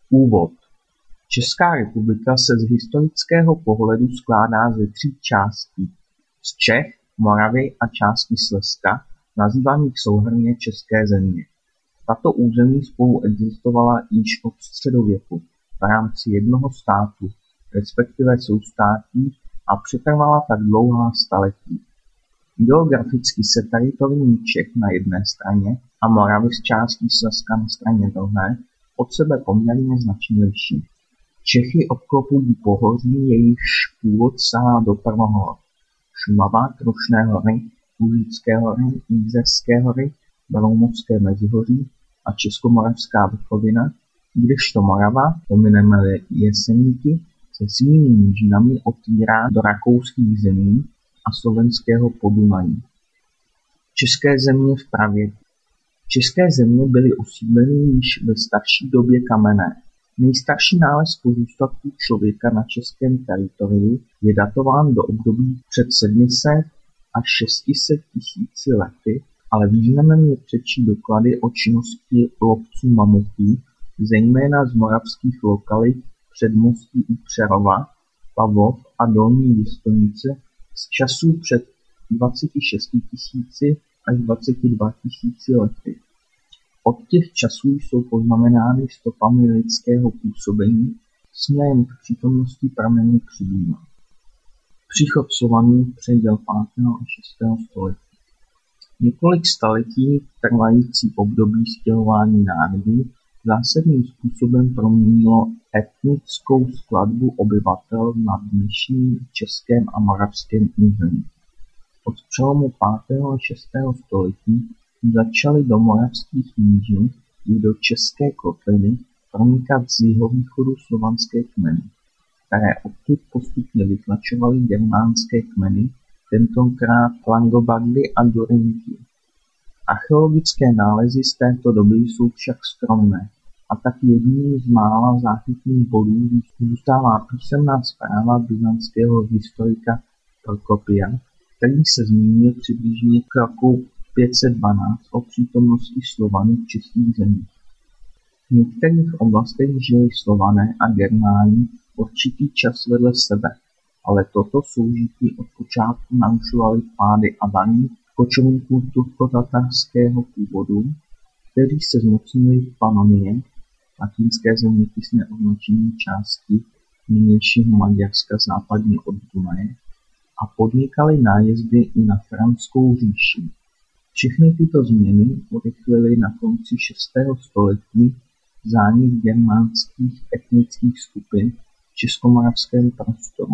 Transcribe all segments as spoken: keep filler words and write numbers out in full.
Úvod. Česká republika se z historického pohledu skládá ze tří částí: z Čech, Moravy a části Slezska, nazývaných souhrnně České země. Tato území spolu existovala již od středověku v rámci jednoho státu, respektive soustátí, a přetrvala tak dlouhá staletí. Geograficky se teritorium Čech na jedné straně a Moravy s částí Slezska na straně druhé od sebe poměrně značně liší. Čechy obklopují pohoří, jejichž původ sahá do prvohor: Šumava, Krušné hory, Lužické hory, Jizerské hory, Beroumovské Mezihoří a Českomoravská vrchovina, kdežto Morava, pomineme Jeseníky, se svými nížinami otvírá do rakouských zemí a slovenského Podunají. České země v pravěku. České země byly osídleny již ve starší době kamenné. Nejstarší nález pozůstatků člověka na českém teritoriu je datován do období před sedmi set až šesti set tisíci lety, ale významem je přečíst doklady o činnosti lovců mamutů, zejména z moravských lokalit Předmostí u Přerova, Pavlov a Dolní Jistonice z časů před dvaceti šesti tisíci až dvaceti dvěma tisíci lety. Od těch časů jsou poznamenány stopami lidského působení směrem k přítomnosti pramenů přibývá. Příchod Slovanů předěl pátého a šestého století. Několik staletí trvající období stěhování národů zásadním způsobem proměnilo etnickou skladbu obyvatel na dnešním českém a moravském území. Od přelomu pátého a šestého století začaly do moravských nížin i do české kotliny pronikat z jihovýchodu slovanské kmeny, které odtud postupně vytlačovaly germánské kmeny, tentokrát Langobardy a Dorinky. Archeologické nálezy z této doby jsou však skromné, a tak jedním z mála záchytných bodů zůstává písemná zpráva byzantského historika Prokopia, který se zmínil přibližně k roku pět set dvanáct o přítomnosti Slovanů v českých zemích. V některých oblastech žili Slované a Germáni určitý čas vedle sebe, ale toto soužití od počátku narušovaly pády Avaní, kočovníků turko-tatarského původu, kteří se zmocnili Panonie, latinské zeměpisné označení části nynějšího Maďarska západně od Dunaje, a podnikali nájezdy i na Franskou říši. Všechny tyto změny urychlily na konci šestého století zánik germánských etnických skupin v českomoravském prostoru.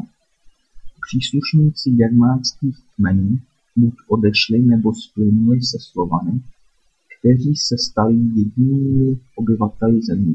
Příslušníci germánských kmenů buď odešli nebo splynuli se Slovany, kteří se stali jedinými obyvateli země.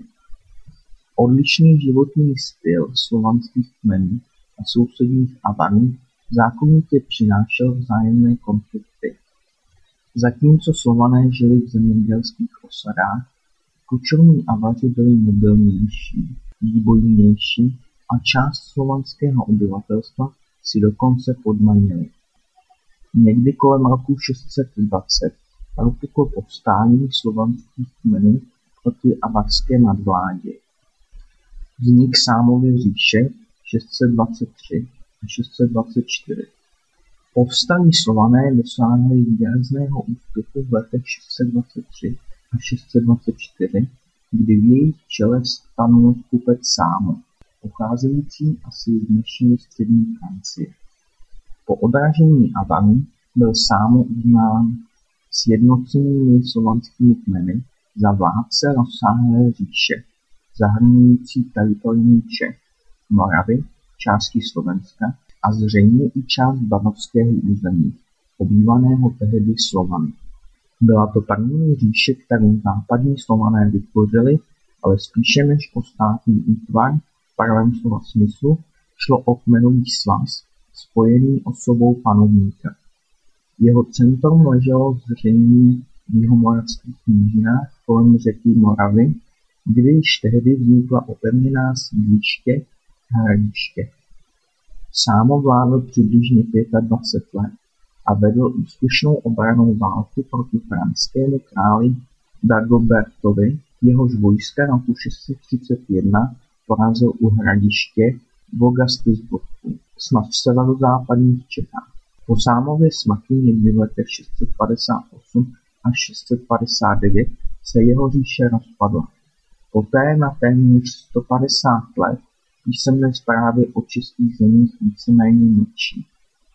Odlišný životní styl slovanských kmenů a sousedních Avarů zákonitě přinášel vzájemné konflikty. Zatímco Slované žili v zemědělských osadách, kočovní Avaři byli mobilnější, výbojnější a část slovanského obyvatelstva si dokonce podmanili. Někdy kolem roku šest set dvacet propuklo povstání slovanských kmenů proti avarské nadvládě. Vznik Sámovy říše šest set dvacet tři a šest set dvacet čtyři. Povstalí Slované dosáhli výrazného úspěchu v letech šest set dvacet tři a šest set dvacet čtyři, kdy v jejich čele stanul kupec Sámo, pocházející asi z dnešní střední Francie. Po odražení Avarů byl Sámo uznán sjednocenými slovanskými kmeny za vládce rozsáhlé říše, zahrnující teritorium Čech, Moravy, části Slovenska a zřejmě i část bavorského území, obývaného tehdy Slovany. Byla to první říše, kterou západní Slované vytvořili, ale spíše než o státní útvar v pravém slova smyslu šlo o kmenový svaz spojený osobou panovníka. Jeho centrum leželo zřejmě v jihomoravských nížinách kolem řeky Moravy, kde již tehdy vznikla opevněná sídliště Hradiště. Sámo vládl přibližně dvacet pět let a vedl úspěšnou obrannou válku proti franskému králi Dagobertovi Jehož vojska roku šest set třicet jedna porazil u hradiště Vogastisburku, snad v severozápadních Čechách. Po Sámově smrti někdy v letech šest set padesát osm až šest set padesát devět se jeho říše rozpadla. Poté na téměř sto padesát let písemné zprávy o českých zemích víceméně mlčí.